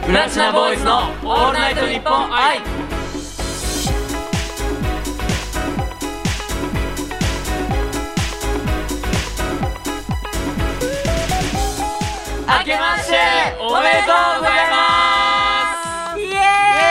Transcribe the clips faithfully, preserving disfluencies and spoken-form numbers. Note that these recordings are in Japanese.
プラチナボーイズのオールナイトニッポン愛。明けましておめでとうございます。イエ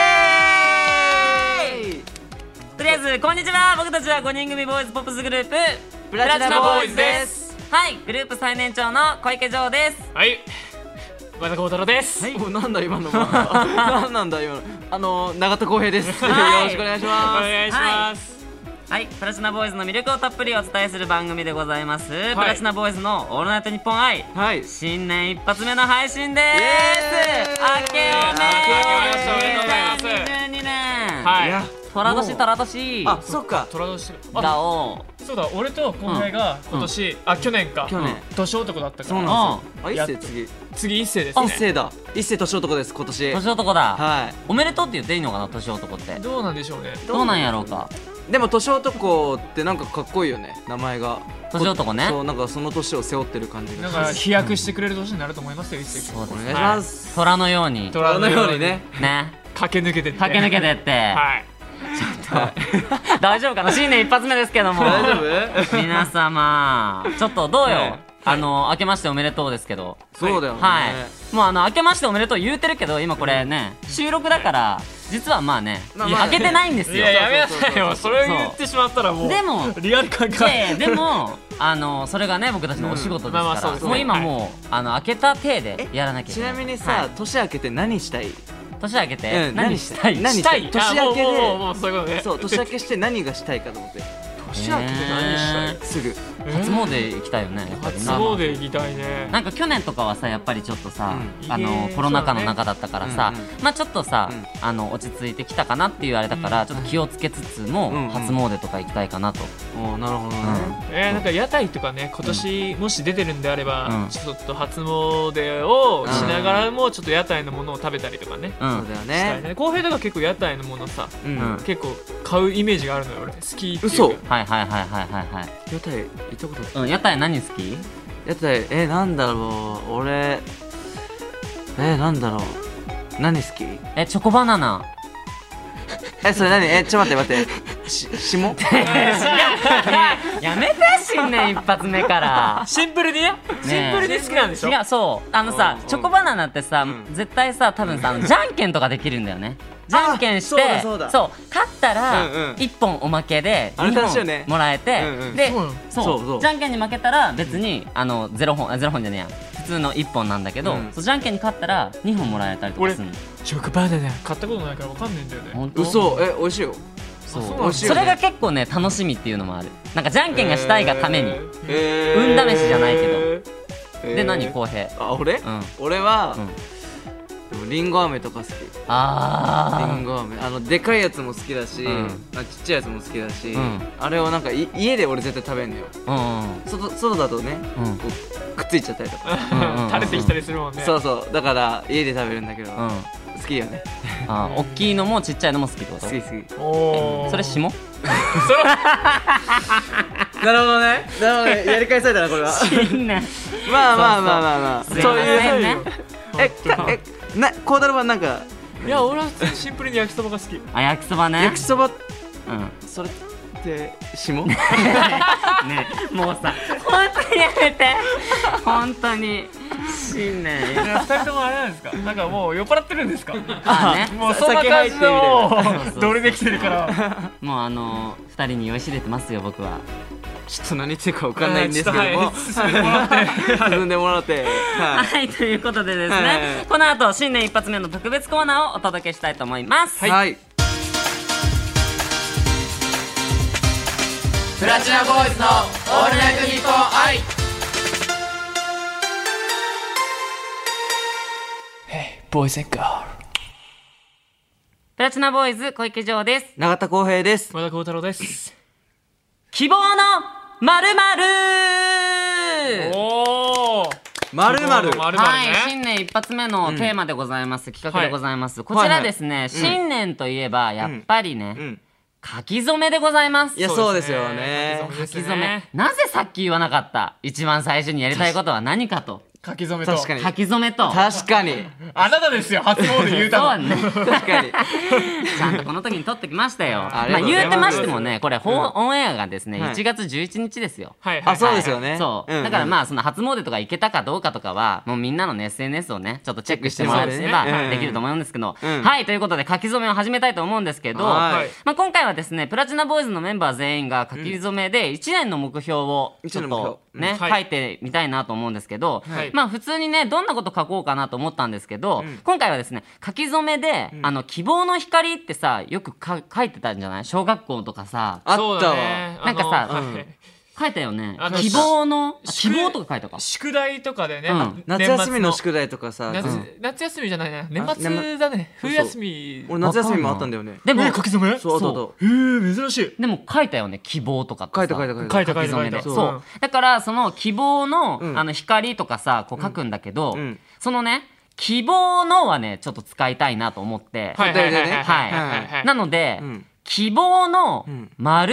ーイ。とりあえずこんにちは、僕たちはごにん組ボーイズポップスグループプラチナボーイズです。はい、グループ最年長の小池城です。 はい、和田幸太郎です。 はい、 お、なんだ今のなんなんだ今のあの永田浩平です、 はい、 よろしくお願いします。 お願いします。 はい、プラチナボーイズの魅力をたっぷりお伝えする番組でございます、 はい、 プラチナボーイズのオールナイトニッポン愛、 はい、 新年一発目の配信でーす。明けおめでとうございます。 にせんにじゅうにねん、 はい、 いや虎年虎年あ、そっか、 虎年だお。 そうだ、俺と後輩が今年、うん、あ、去年か去年年男だったから。 そうなんですよ。あ、一世次次一世ですね。 一世だ、一世年男です今年。 年男だ。 はい。 おめでとうって言っていいのかな、年男って。 どうなんでしょうね。 どうなんやろうか。 でも年男ってなんかかっこいいよね、名前が。 年男ね。 そう、なんかその年を背負ってる感じが。 なんか飛躍してくれる年になると思いますよ、一世。 そうです。 お願いします。 虎のように。 虎のようにね。 ね。 駆け抜けてって。 駆け抜けてって。 はい。 ちょっと大丈夫かな、新年一発目ですけども。 大丈夫？ 皆様、ちょっとどうよ。あの明けましておめでとうですけど。 そうだよね。 はい。もうあの明けましておめでとう言うてるけど、今これね収録だから実はまあね明けてないんですよ。 いや、やめなさいよ。それを言ってしまったらもう。 でもリアル感が。 でもあのそれがね僕たちのお仕事ですから、もう今もうあの明けた体でやらなきゃいけない。 ちなみにさ、年明けて何したい？ 年明けて何したい？ 何したい？年明けで、 もうそういうことね。 そう、年明けして何がしたいかと思って。年明けて何したい？すぐ初詣行きたいよね。 初詣行きたいね。 なんか去年とかはさ、やっぱりちょっとさ、あのコロナ禍の中だったからさ、まあちょっとさ、あの落ち着いてきたかなっていうあれだから、ちょっと気をつけつつも初詣とか行きたいかなと。 お、なるほどね。 え、なんか屋台とかね、今年もし出てるんであれば、ちょっと初詣をしながらもちょっと屋台のものを食べたりとかね。 そうだよね。 浩平とか結構屋台のものさ、結構買うイメージがあるのよ、俺。好きっていうか。 嘘。 はいはいはいはいはいはい。 屋台行ったことある？ うん、屋台何好き？ 屋台、え、なんだろう、俺、え、なんだろう、何好き？ え、チョコバナナ。 え、それ何？え、ちょっと待って待って、し、下？ やめて、新年一発目からシンプルにね、シンプルに好きなんでしょ？ 違う、そうあのさ、チョコバナナってさ、絶対さ、多分さ、じゃんけんとかできるんだよね。じゃんけんして、そう勝ったらいっぽんおまけでにほんもらえて、でそうじゃんけんに負けたら別にあのゼロほん、あゼロほんじゃねえや、普通のいっぽんなんだけど、じゃんけんに勝ったらにほんもらえたりとかするの。 チョコバナナ買ったことないからわかんないんだよね。 本当？ 嘘？え、美味しいよ。 そう、それが結構ね楽しみっていうのもある。なんかじゃんけんがしたいがために、運試しじゃないけど。で、何浩平？ あ、俺？俺はリンゴ飴とか好き。 ああ、リンゴ飴、あのでかいやつも好きだし、ちっちゃいやつも好きだし、あれをなんか家で俺絶対食べんのよ。外外だとね、くっついちゃったりとか垂れてきたりするもんね。 そうそう、だから家で食べるんだけど好きよね。 あ、大きいのもちっちゃいのも好きってこと？ 好き好き。 おお、それ下？ なるほどね、なるほどね、やり返されたなこれは。まあまあまあまあまあ、そういうね。え、え、な、コーダルはなんか。 いや、俺はシンプルに焼きそばが好き。 あ、焼きそばね。 焼きそば、うん、それって下？ね、 もうさ、本当にやめて、本当に新年。 ふたりともあれなんですか？なんかもう酔っ払ってるんですか？ あね、 もうそんな感じのどれできてるから。 もうあのふたりに酔いしれてますよ僕は。 ちょっと何言ってるか分かんないんですけども、 進んでもらって進んでもらってはい、ということでですね、この後新年一発目の特別コーナーをお届けしたいと思います。 はい、 プラチナボーイズのオールナイトニッポン愛。 ボーイズエンガール。 プラチナボーイズ小池城です。 永田浩平です。 和田幸太郎です。 希望のまるまる。 おお、 まるまる。 はい、新年一発目のテーマでございます。企画でございます。こちらですね、新年といえばやっぱりね、書き初めでございます。 いや、そうですよね。 書き初め。なぜさっき言わなかった？一番最初にやりたいことは何かと。 書き初めと確かに書き初めと確かにあなたですよ初詣言うたのそうね確かにちゃんとこの時に撮ってきましたよ。 ありまあがとうございます言うてましてもねこれ、 うんオンエアがですね、 はいいちがつじゅういちにちですよ。 はいはいはいあそうですよねそう、 んんだからまあその初詣とか行けたかどうかとかはもうみんなのね エスエヌエス をねちょっとチェックしてもらえればチェックしてもらえばできると思うんですけど、 うんはいということで書き初めを始めたいと思うんですけど、 はいまあ、今回はですねプラチナボーイズのメンバー全員が書き初めでいちねんの目標をちょっとね、 うんはい書いてみたいなと思うんですけど、 はいまあ普通にねどんなこと書こうかなと思ったんですけど、 うん今回はですね書き初めで、あの希望の光ってさよくか書いてたんじゃない小学校とかさあそうったわだねなんかさあのうんはい書いたよねあの希望のあ宿希望とか書いたか宿題とかでね、 うんあ夏休みの年末宿題とかさ夏,、 うん夏休みじゃないな年あ末だね年末冬休み俺夏休みもあったんだよねでもえ書き初めそうそうそそうへえ珍しいでも書いたよね希望とかってさ書いた書いた書いた書いた書いた書き初めで書いたそううんだからその希望の,、 うんあの光とかさこう書くんだけど、 うんそのね希望のはねちょっと使いたいなと思って、 はいはいはいはいはいはいはいなので、 うん希望のうん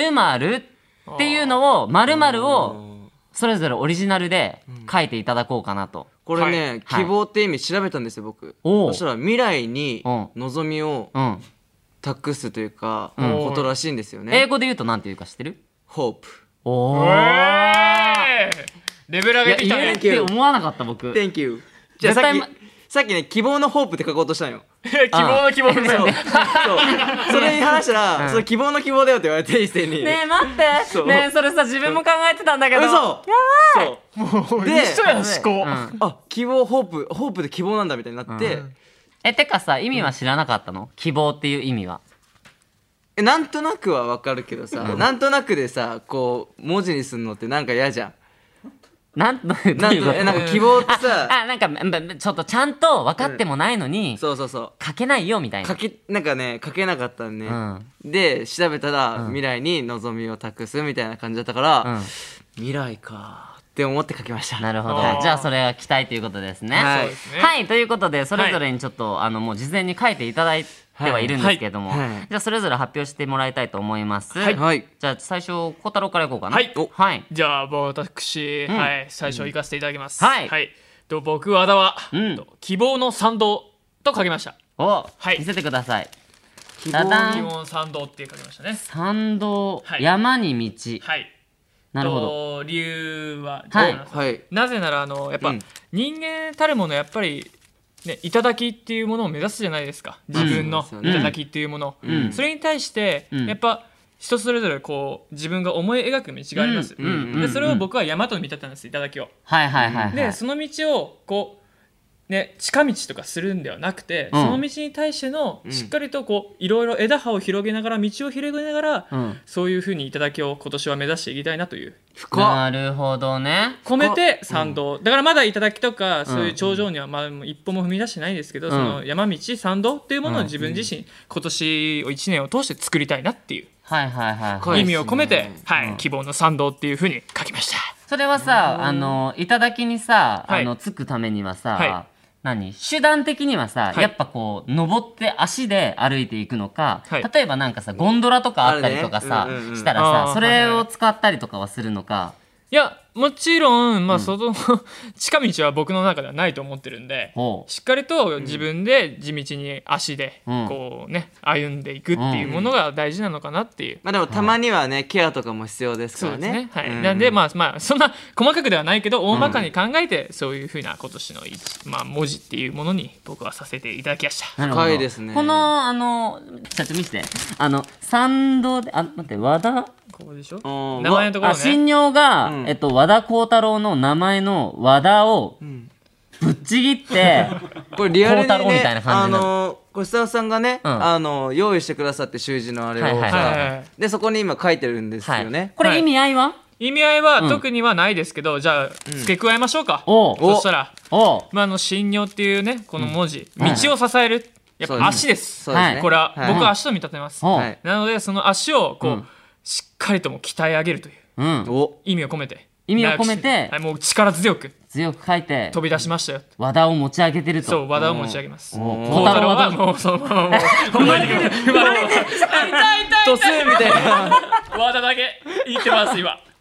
〇〇っていうのを〇〇をうんそれぞれオリジナルで書いていただこうかなと。 これね、 はい希望って意味調べたんですよ僕。 おうそしたら未来にうん望みをうん、 託すというか、 うんことらしいんですよ英ね。 語で言うとなんて言うか知ってる？ ホープ。 おお。 えーレベル上げてきたねいや言えって思わなかった僕。 Thank you。じゃあさっき絶対まさっきね希望のホープって書こうとしたんよ。 希望の希望のそう。そう。それに話したら、 うんそれ希望の希望だよって言われて一斉に。 ねえ待ってそうねえそれさ自分も考えてたんだけど。 嘘。 やそう。 もうで一緒やん思考、 うんあ希望ホープホープで希望なんだみたいになって、 うんえてかさ意味は知らなかったの？希望っていう意味は。 えなんとなくはわかるけどさ、なんとなくでさこう文字にすんのってなんか嫌じゃん。 なんとなんとえなんか希望ってさ、 あなんかばちょっとちゃんと分かってもないのに、 そうそうそう。 書けないよみたいな。 書けなんかね書けなかったんね、 うんで調べたら、 うん未来に望みを託すみたいな感じだったから、 うん未来かって思って書きました。 なるほどあーじゃあそれが期待ということですね。 はいそうですねはいということでそれぞれにちょっと、あのもう事前に書いていただいてはいるんですけれども、 はいはいじゃあそれぞれ発表してもらいたいと思います。 はい、はい、 じゃあ最初小太郎からいこうかな。 はいおはい。 じゃあ私、 うんはい最初行かせていただきます、 はいと僕和田は、 うんと希望の賛同と書きましたお、 はい見せてください。 希ダダン希望の賛同って書きましたね参道、 はい山に道。 はいなるほど。 と理由ははいどうなんですかはいなぜならあのやっぱ、 うん人間たるものやっぱりね、頂きっていうものを目指すじゃないですか自分のそうですよね頂きっていうもの、 うんそれに対して、 うんやっぱ人それぞれこう自分が思い描く道があります、 うんうんうんでそれを僕は山と見立てたんです頂きをはいはいはいはい。 でその道をこうね近道とかするんではなくて、 うんその道に対してのうんしっかりとこういろいろ枝葉を広げながら道を広げながら、 うん。 そういうふうに頂きを今年は目指していきたいなという深っなるほどね。 込めて賛同、だからまだ頂きとかそういう頂上にはまあ一歩も踏み出してないんですけど、 んその山道賛同っていうものをうん自分自身、今年をいちねんを通して作りたいなっていうはいはいはい、 深はいい。 意味を込めて、はいうん希望の賛同っていうふうに書きました。 それはさ、あの、頂きにさ、 はいあの、つくためにはさ、 は何手段的にはさ、 はいやっぱこう、登って足で歩いていくのか、 はい例えばなんかさ、ゴンドラとかあったりとかさ、 あるねうんうんうんしたらさ、 あーそれを使ったりとかはするのか、 いやもちろん、まあその近道は僕の中ではないと思ってるんで、 ほう。 しっかりと自分で地道に足でうんこうね歩んでいくっていうものが大事なのかなっていう。 まあでもたまにはね、ケアとかも必要ですからね。 そうですね、はいうんなんでまあまあそんな細かくではないけど大まかに考えてそういうふうな今年の一、まあ、文字っていうものに僕はさせていただきました。 なるほど深いですねこの、あの、ちょっと見せて。あの、参道で、あ、待って、和田ここでしょうん名前のところあ、 ね新尿が、 うんえっと、和田幸太郎の名前の和田をんぶっちぎって、 これリアルに孝太郎みたいねな感あじになるのこれスタッフさんがね、 うんあの用意してくださって習字のあれをさ、 はいはいはいはいでそこに今書いてるんですはいよね、 これ意味合いは、 意味合いはうん特にはないですけど、じゃあ付け加えましょうか、 おうそしたら、 おうまあ、あの神尿っていうねこの文字、 うん道を支えるやっぱ足です、 そうですね、 これは、 はい僕は足と見立てます、 おうはいなのでその足をこう、 うんしっかりとも鍛え上げるといううん、 お意味を込めて意味を込めてはい、もう力強く強く書いて飛び出しましたよ、 和田を持ち上げてるとそう和田を持ち上げますお孝太郎はもうそのままもうほんまに踏まれてる痛い痛いドスンみたいな和田だけ言ってます今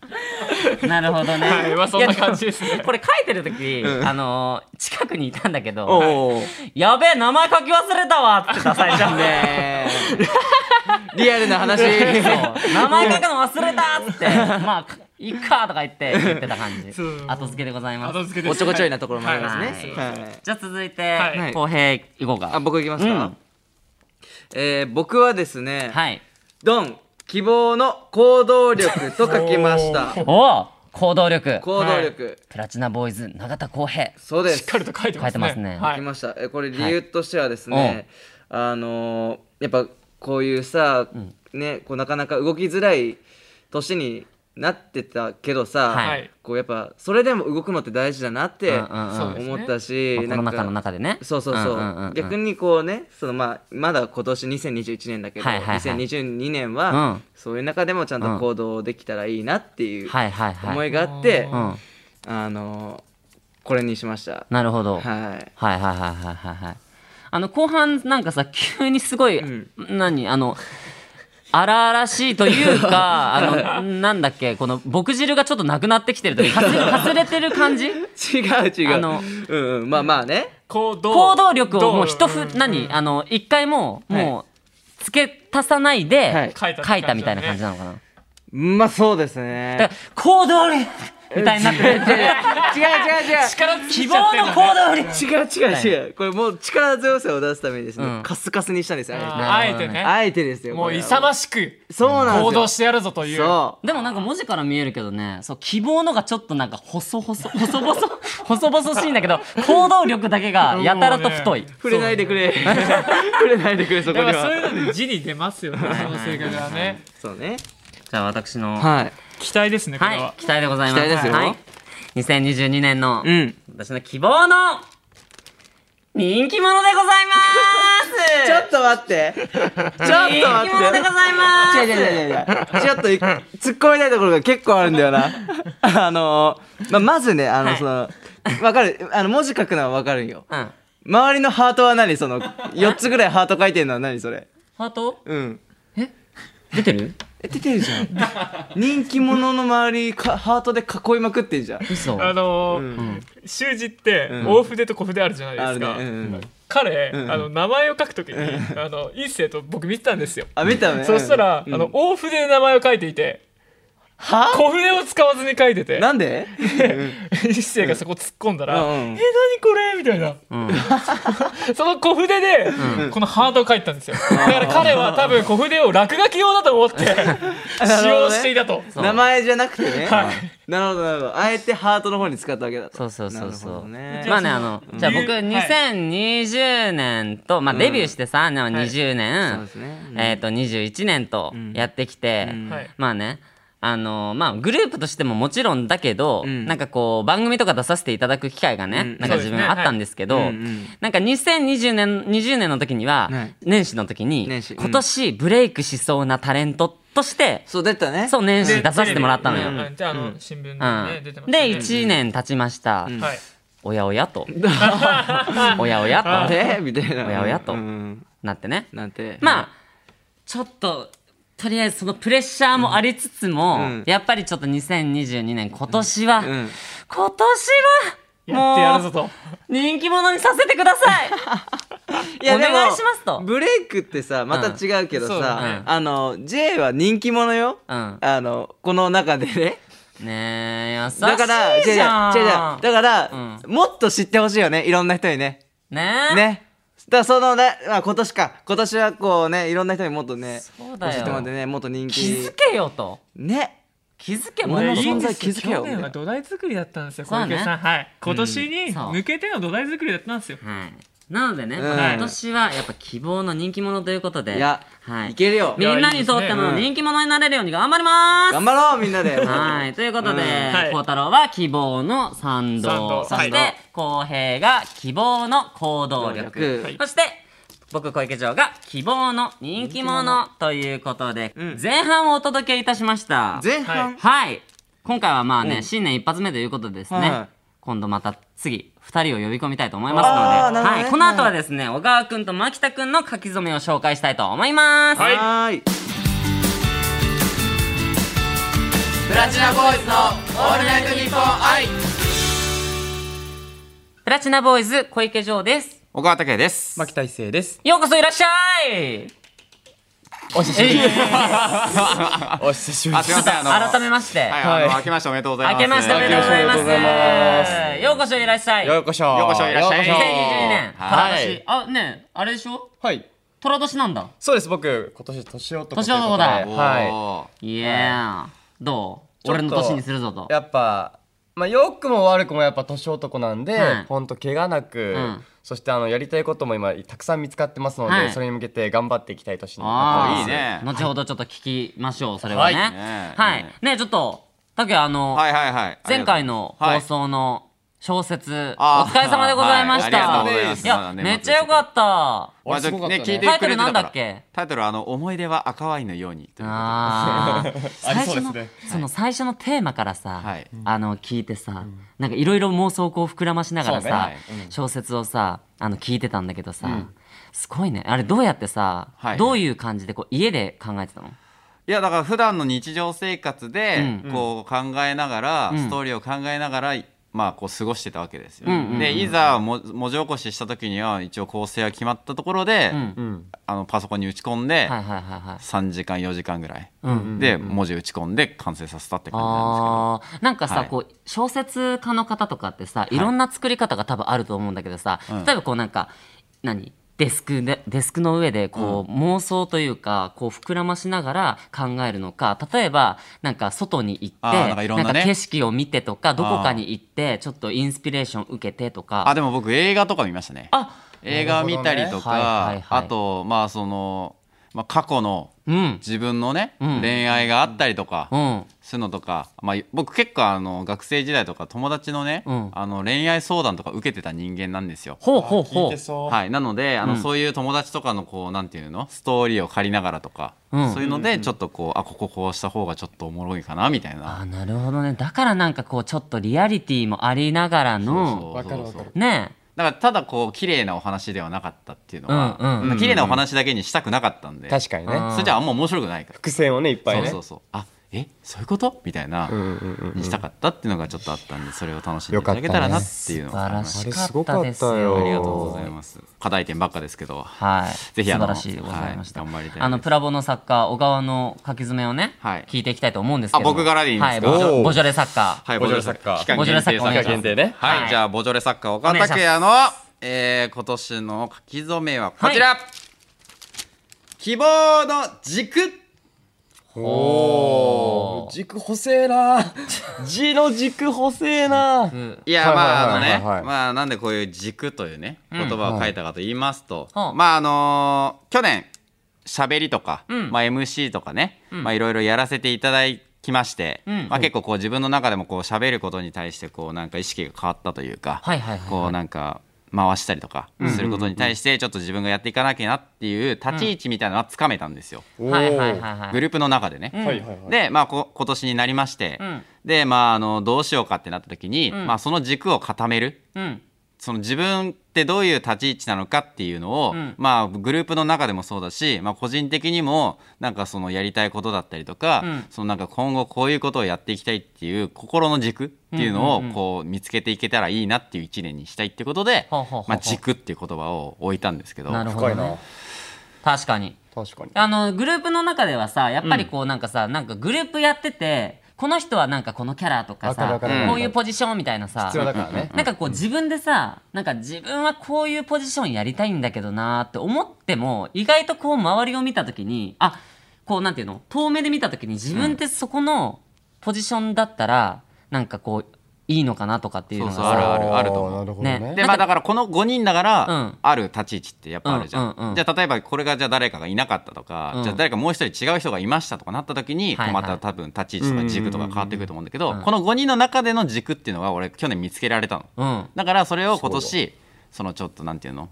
なるほどね、 はい、まあそんな感じですね。 これ書いてる時、うん、あのー、近くにいたんだけど、 はい、 やべえ名前書き忘れたわってさ最初ねリアルな話そう名前書くの忘れたっつってまあいっかとか言って言ってた感じ後付けでございます。 おちょこちょいなところもありますね、 はいはい、じゃあ続いて浩平いこうか。 あ僕いきますか、うん、えー、僕はですね、 はい、 ドン希望の行動力と書きましたお行動力行動力、はい、 プラチナボーイズ永田浩平そうですしっかりと書いてますね。 書いてますね、 はい、書きました。えこれ理由としてはですね、はい、あのー、やっぱこういうさ、うん、ねこうなかなか動きづらい年になってたけどさ、はい、こうやっぱそれでも動くのって大事だなって思ったし、 コロナ禍の中でね、 そうそうそう、うんうんうんうん、逆にこうねその、まあ、まだ今年にせんにじゅういちねんだけど、はいはいはい、にせんにじゅうにねんは、うん、そういう中でもちゃんと行動できたらいいなっていう思いがあって、うん、あのこれにしました。 なるほど、 はい、 はいはいはいはいはい。あの後半なんかさ急にすごい、うん、何あの荒々しいというかあのなんだっけこの墨汁がちょっとなくなってきてるというかかすれてる感じ違う違うあの、うんうん、まあまあね行動行動力をもう一ふ、うん、何あの一回もう、はい、もう付け足さないで、はい、書いたみたいな感じなのかな。 まあそうですね。 だから行動力みたいになってる。違う違う違う力希望の行動力違う違う違うこれもう力強さを出すためにですね、うん、カスカスにしたんですよ。 あえてねあえてですよ。 もう勇ましく行動してやるぞという。 そうでもなんか文字から見えるけどねそう希望のがちょっとなんか細細細細細細しいんだけど行動力だけがやたらと太い、ね、 触れないでくれ触れないでくれそこには。 そういうので字に出ますよねその性格はね。 そうね。 じゃあ私の、 はい、 期待ですねこれは、 はい、期待でございます。 期待ですよ、 はい、にせんにじゅうにねんの、 うん、 私の希望の人気者でございますちょっと待ってちょっと待って人気者でございます違う違う違う違うちょっと突っ込みたいところが結構あるんだよなあのー、まあ、まずねあの、はい、その分かるあの文字書くのは分かるんよ、うん、周りのハートは何そのよっつぐらいハート書いてるのは何それハートうんえ出てるえ出てるじゃん人気者の周りかハートで囲いまくってんじゃん。 嘘あのーうん、習字って大筆と小筆あるじゃないですか、 うんねうん、 彼、 うん、 あの名前を書くときに、うん、あの一星と僕見てたんですよ。 あ見たね。 そしたら、うん、あの大筆で名前を書いていては小筆を使わずに書いててなんで一星がそこ突っ込んだら、 うん、 え何これみたいな、うん、その小筆で、うん、このハートを書いてたんですよ。だから彼は多分小筆を落書き用だと思って使用していたと、 ね、名前じゃなくてね、 はい、 なるほどなるほどあえてハートの方に使ったわけだと。 そうそうそうそう、 ね、 まあねあの、うん、じゃあ僕にせんにじゅうねんと、まあ、デビューしてさ、うん、にじゅうねん、はいえー、とにじゅういちねんとやってきて、うん、まあねあのー、まあグループとしてももちろんだけど、うん、なんかこう番組とか出させていただく機会がね、うん、なんか自分あったんですけど、ねはい、なんかにせんにじゅうねんにじゅうねんの時には、はい、年始の時に、うん、今年ブレイクしそうなタレントとしてそう出たね。 そう年始出させてもらったのよ。 じゃああの新聞でね出てましたね。でいちねん経ちました。 うん、 おやおやとおやおやとあれみたいなおやおやと、 うん、 なってね。 なんてまあちょっと。とりあえずそのプレッシャーもありつつも、うん、やっぱりちょっとにせんにじゅうにねん今年は、うんうん、今年はもうやってやるぞと人気者にさせてくださいいやお願いしますと。 ブレイクってさまた違うけどさ、うんね、あの J は人気者よ、うん、あのこの中でねねえ優しいじゃん。 だから違う違う違うだから、うん、もっと知ってほしいよねいろんな人にねねえねだからそのね、まあ、今年か今年はこうねいろんな人にもっとねそうだよ教えてもらってねもっと人気気づけよとね気づけもの存在気づけよ。 去年は土台作りだったんですよ小池さん、ねはい、今年に向けての土台作りだったんですよ、 はい、なのでね、うん、今年はやっぱ希望の人気者ということでいや、はい、いけるよみんなにとっても人気者になれるように頑張ります、 うん、頑張ろうみんなではいということで孝、うん、太郎は希望の賛同そして浩平が希望の行動力、はい、そして僕小池城が希望の人気者ということで、うん、前半をお届けいたしました。 前半はい今回はまあね、うん、新年一発目ということでですね、はい、今度また次ふたりを呼び込みたいと思いますので、ねはい、この後はですね小川くんと牧田くんの書き初めを紹介したいと思います。 はいはいプラチナボーイズのオールナイトニッポン愛。 プラチナボーイズ小池城です。 小川武です。 牧大成です。 ようこそいらっしゃい。 お久しぶりです。お久しぶりです。 すいません、あの改めまして、 はい、あの明けましておめでとうございます。 明けましておめでとうございます。ようこそいらっしゃい。 ようこそ。 ようこそいらっしゃい。 にせんにじゅうにねん、 はい。 あ、ね、あれでしょ。 はい。 寅年なんだ。 そうです。僕今年年男。 年男だ。 はい。 いや、どう？俺の年にするぞと。 やっぱ。まあ、良くも悪くもやっぱ年男なんで、うん、ほんと怪我なく、うん、そしてあのやりたいことも今たくさん見つかってますので、はい、それに向けて頑張っていきたい年になってます。 いいね。後ほどちょっと聞きましょう、それはね。はい、ねはい、ねちょっとたけあの、はいはいはい、前回の放送の小説、お疲れ様でございました。 はい、いやめっちゃ良かった。 まあ、ね、聞いてくれてたから。タイトルなんだっけ？タイトルあの思い出は赤ワインのようにということで。 最初のその最初のテーマからさ、はい、あの聞いてさ、うん、なんかいろいろ妄想をこう膨らましながらさ、ねはいうん、小説をさあの聞いてたんだけどさ、うん、すごいね。あれどうやってさ、はい、どういう感じでこう家で考えてたの？ いやだから普段の日常生活でこう考えながら、うん、ストーリーを考えながら。まあこう過ごしてたわけですよ、うんうんうん、でいざも文字起こしした時には一応構成が決まったところで、うん、あのパソコンに打ち込んで、はいはいはいはい、さんじかんよじかんぐらい、うんうんうん、で文字打ち込んで完成させたって感じなんですけど、 なんかさ、はい、こう小説家の方とかってさいろんな作り方が多分あると思うんだけどさ、はい、例えばこうなんか何デスクでデスクの上でこう、うん、妄想というかこう膨らましながら考えるのか、例えばなんか外に行ってなんかいろんな、ね、なんか景色を見てとかどこかに行ってちょっとインスピレーション受けてとか。 あでも僕映画とか見ましたね。あ映画見たりとか、ねはいはいはい、あとまあその、まあ、過去の自分のね、うん、恋愛があったりとか、うん、そういうのとか、まあ、僕結構あの学生時代とか友達のね、うん、あの恋愛相談とか受けてた人間なんですよ。 ほうほうほう。はい、なのであの、うん、そういう友達とかのこうなんていうのストーリーを借りながらとか、うん、そういうのでちょっとこうあこここうした方がちょっとおもろいかなみたいな。 あなるほどね。だからなんかこうちょっとリアリティもありながらのそうそうそうそうねえ。 だからただこう綺麗なお話ではなかったっていうのは、うんうん、綺麗なお話だけにしたくなかったんで、 確かにね。 それじゃあんま面白くないから。 伏線をねいっぱいね。 そうそうそう。あえそういうことみたいな、うんうんうんうん、にしたかったっていうのがちょっとあったんで、それを楽しんでいただけたらなっていうのが、 ね、素晴らしかったですよ。 ありがとうございます。課題点ばっかですけど、 はい、ぜひあの素晴らしいでございました。はい、頑張りたいです。あのプラボの作家小川の書き詰めをね、はい、聞いていきたいと思うんですけど、 あ僕からでいいんですか？ はい、ボジョレ作家、 はい、ボジョレ作家、 ボジョレ作家限定ね。 はい、はい、じゃあボジョレ作家岡田拓也のえー、今年の書き初めはこちら、はい、希望の軸。 おー軸細えな字の軸細えな、うん、 いやまああのねまあなんでこういう軸というね言葉を書いたかと言いますと、うん、まああのー、去年喋りとか、うん、まあ エムシー とかね、うん、まあいろいろやらせていただきまして、うん、まあ結構こう自分の中でもこう喋ることに対してこうなんか意識が変わったというか、はいはいはいはい、こうなんか回したりとかすることに対してちょっと自分がやっていかなきゃなっていう立ち位置みたいなのはつかめたんですよ、うん、グループの中でね、うん、で、まあ、こ今年になりまして、うん、で、まあ、あのどうしようかってなった時に、うんまあ、その軸を固める、うん、その自分ってどういう立ち位置なのかっていうのを、うんまあ、グループの中でもそうだし、まあ、個人的にもなんかそのやりたいことだったりとか、うん、そのなんか今後こういうことをやっていきたいっていう心の軸っていうのをこう見つけていけたらいいなっていういちねんにしたいっていうことで、うんうんまあ、軸っていう言葉を置いたんですけど。 なるほどね。確かに確かにあのグループの中ではさやっぱりこうなんかさ、うん、なんかグループやっててこの人はなんかこのキャラとかさこういうポジションみたいなさ必要だからね、 なんかこう自分でさなんか自分はこういうポジションやりたいんだけどなって思っても意外とこう周りを見た時にあこうなんていうの遠目で見た時に自分ってそこのポジションだったらなんかこういいのかなとかっていうのがそうそうあるあるあると思う、ね、でまあだからこのごにんだから、うん、ある立ち位置ってやっぱあるじゃん、うんうんうん、じゃあ例えばこれがじゃあ誰かがいなかったとか、うん、じゃあ誰かもう一人違う人がいましたとかなった時に、はいはい、また多分立ち位置とか軸とか変わってくると思うんだけど、うんうんうん、このごにんの中での軸っていうのは俺去年見つけられたの、うん、だからそれを今年そのちょっとなんていうのもう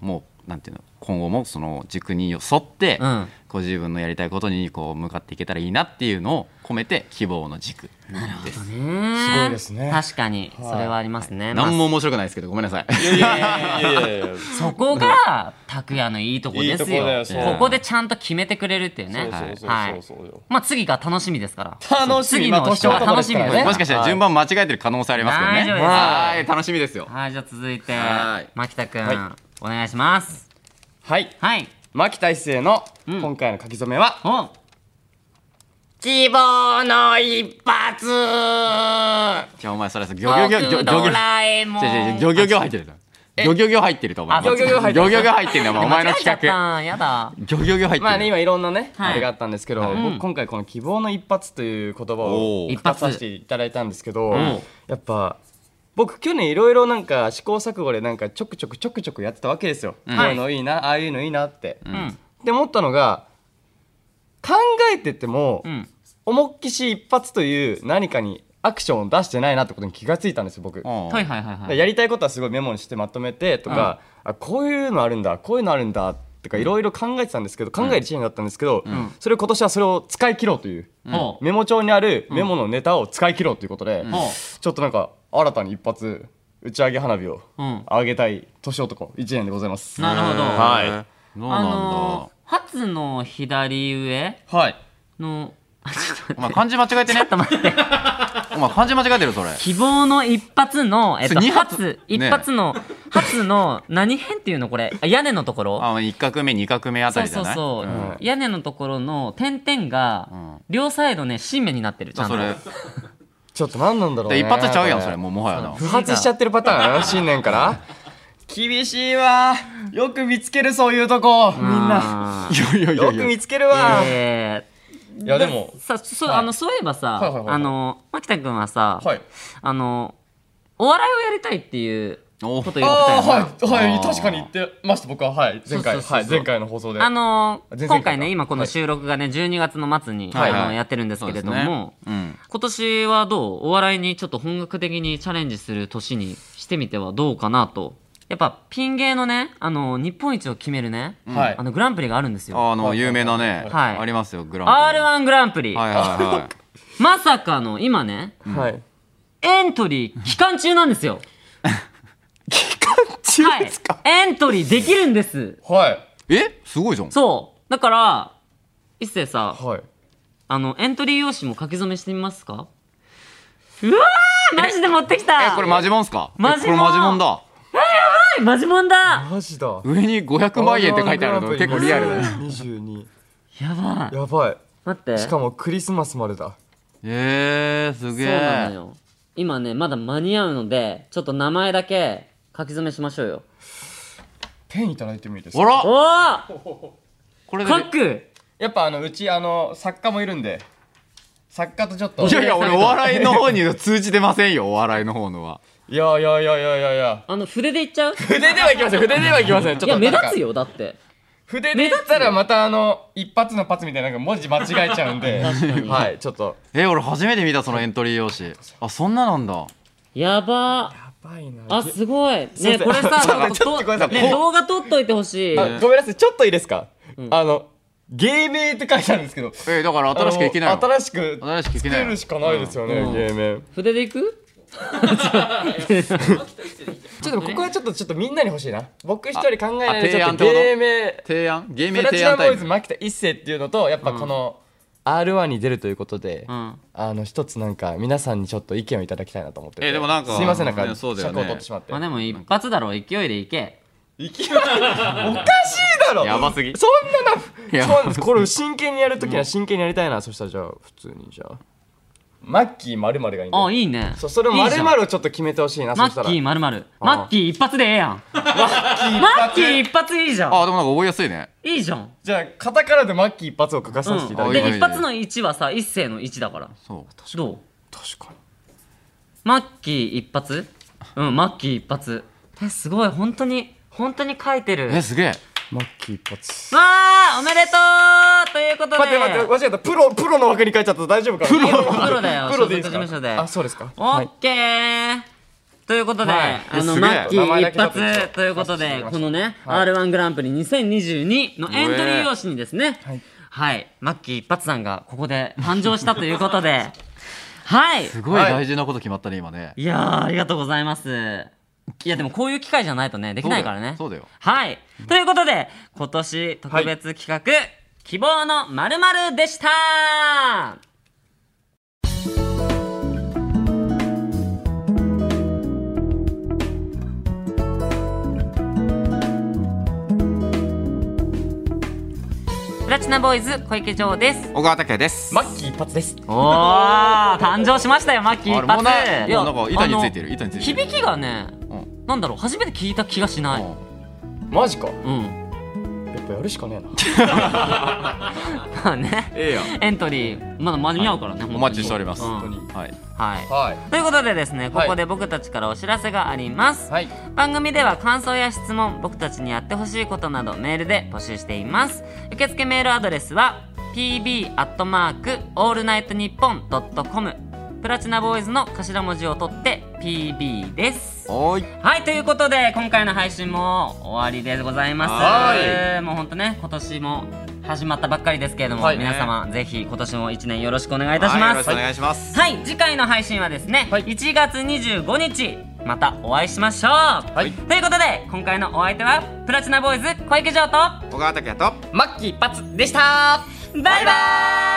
なんていうの今後もその軸に沿って、うん、こう自分のやりたいことにこう向かっていけたらいいなっていうのを込めて希望の軸です。 なるほどね。すごいですね。 確かにそれはありますね。 何も面白くないですけどごめんなさい。 いやいやいやいやそこが拓也のいいとこですよ。いいとこここでちゃんと決めてくれるっていうね。はい。まあ次が楽しみですから。 楽しみ。 次の人が楽しみですね。 もしかしたら順番間違えてる可能性ありますけどね。はい楽しみですよ。 はいじゃあ続いて牧田くんお願いします。 はいはい牧田一成の今回の書き初めは希望の一発。 じゃあお前それギョギョギョギョギョギョギョギョギョギョ入ってるギョギョギョ入ってると思う。 ギョギョギョ入ってる。 ギョギョギョ入ってるんだお前の企画。 やだ。 ギョギョギョ入ってる。 まあね今いろんなねあれがあったんですけど、僕今回この希望の一発という言葉を使わさせていただいたんですけど、やっぱ僕去年いろいろなんか試行錯誤でなんかちょくちょくちょくちょくやってたわけですよ。こういうのいいなああいうのいいなって。で思ったのが考えてても思いっきし一発という何かにアクションを出してないなってことに気がついたんですよ僕。 はいはいはいはい。 やりたいことはすごいメモにしてまとめてとか、あこういうのあるんだこういうのあるんだとかいろいろ考えてたんですけど、考える一年だったんですけど、それを今年はそれを使い切ろうという、メモ帳にあるメモのネタを使い切ろうということで、ちょっとなんか新たに一発打ち上げ花火を上げたい年男一年でございます。 なるほど。 はい。 どうなんだ。 初の左上のお前漢字間違えてね。 ちょっと待って。 お前漢字間違えてるそれ。 希望の一発のえっと初一発の初の何編っていうのこれ屋根のところ。 あ一画目二画目あたりじゃない。 そうそうそう。屋根のところの点々が両サイドね新芽になってる。ちゃんと。 ちょっと何なんだろうね。 一発ちゃうやんそれもうもはやな。 不発しちゃってるパターン新年から。厳しいわ。よく見つけるそういうとこみんな。よく見つけるわ。いやでもさそうあのそういえばさあの牧田君はさあのお笑いをやりたいっていうこと言ってたよね。 はいはい確かに言ってました僕ははい前回はい前回の放送であの今回ね今この収録がねじゅうにがつの末にやってるんですけれども今年はどうお笑いにちょっと本格的にチャレンジする年にしてみてはどうかなと。やっぱピン芸のねあの日本一を決めるね、はい、あのグランプリがあるんですよ。 あの有名なね、はい、ありますよグランプリ アールワン グランプリ、はいはいはい、まさかの今ね、はい、エントリー期間中なんですよ。 期間中ですか、 はい、エントリーできるんです。 はいえすごいじゃん。 そうだから一星さ、 はい、 あのエントリー用紙も書き初めしてみますか。うわーマジで持ってきた。 えこれマジモンすか。 マジモンこれマジモンだ。 えやばいマジモンだ。 マジだ。 上にごひゃくまんえんって書いてあるの結構リアルだね。 にじゅうにやばいやばい。 待ってしかもクリスマスまでだ。 えーすげえ。 そうなのよ今ねまだ間に合うのでちょっと名前だけ書き初めしましょうよ。 ペンいただいてもいいですか。 おらおこれで書く。 やっぱあのうちあの作家もいるんで作家とちょっと。 いやいや俺お笑いの方に通じてませんよお笑いの方のは。 いやいやいやいやいやいやあの筆でいっちゃう。 筆ではいきません筆ではいきません。ちょっといや目立つよだって筆で言ったらまたあの一発のパツみたいななんか文字間違えちゃうんではいちょっとえ俺初めて見たそのエントリー用紙。あそんななんだ。 やばやばいなあすごいねこれさちょっとごめんなさいね動画撮っといてほしい。 ごめんなさいちょっといいですか。あの芸名って書いてあるんですけどえだから新しくいけないの。 新しく作るしかないですよね芸名。 筆でいくちょっとここはちょっとちょっとみんなに欲しいな。僕一人考えないでちょっと芸名提案芸名提案タイプ。プラチナボーイズム牧田一成っていうのとやっぱこの アールワン に出るということで、うん、あの一つなんか皆さんにちょっと意見をいただきたいなと思ってて。 えでもなんかすいませんなんかねそうだよね尺を取ってしまって。 まあでも一発だろ勢いでいけ。 勢いおかしいだろ。 やばすぎ。 そんななそうこれ真剣にやるときは真剣にやりたいな。そしたらじゃあ普通にじゃあマッキー〇〇がいいんだよ。 あいいね。 そうそれを〇〇をちょっと決めてほしいな。 マッキー〇〇マッキー一発でええやん。マッキー一発いいじゃん。 あでもなんか覚えやすいね。 いいじゃん。 じゃあカタカナでマッキー一発を書かさせていただきます。 で一発のいちはさ一世のいちだから。 そうどう。 確かにマッキー一発うんマッキー一発えすごい本当に本当に書いてる。 えすげえ。 マッキー一発わあおめでとうということで。 待って待って間違えたプロプロの枠に書いちゃった大丈夫かな。 プロプロだよプロでいい所属事務所で。 あそうですか。 オッケーということで、はい、あのマッキー一発ということで、このね、はい、アールワン グランプリにせんにじゅうにのエントリー用紙にですね、はい、はい、マッキー一発さんがここで誕生したということではい、 すごい大事なこと決まったね今ね。 いやー、ありがとうございます。いやでもこういう機会じゃないとねできないからね。 そうだよ。 はい、ということで今年特別企画、はい、希望の〇〇でした。プラチナボーイズ小池城です。 小川拓也です。 マッキー一発です。 おー、誕生しましたよマッキー一発。 いやなんか板についてる板についてる。 響きがね、うん、なんだろう、初めて聞いた気がしない。 マジか。 うん。 やっぱやるしかねえな。 まあね、 ええやエントリーまだ間に合うからね、はい、 お待ちしております、うん、 本当に。 はい、 はいはい、ということでですね、ここで僕たちからお知らせがあります、はい、番組では感想や質問、僕たちにやってほしいことなどメールで募集しています。受付メールアドレスは ピービー アットマーク オールナイトニッポン ドットコム、 プラチナボーイズの頭文字を取って ピービー です。 はい、 はい、ということで今回の配信も終わりでございます。はい、もうほんとね、今年も始まったばっかりですけれども、はい、皆様ぜひ今年もいちねんよろしくお願いいたします。はい、よろしくお願いします。 はい、次回の配信はですね、はい、いちがつにじゅうごにちまたお会いしましょう。はい、ということで今回のお相手はプラチナボーイズ小池城と小川拓也とマッキー一発でした。 バイバーイ。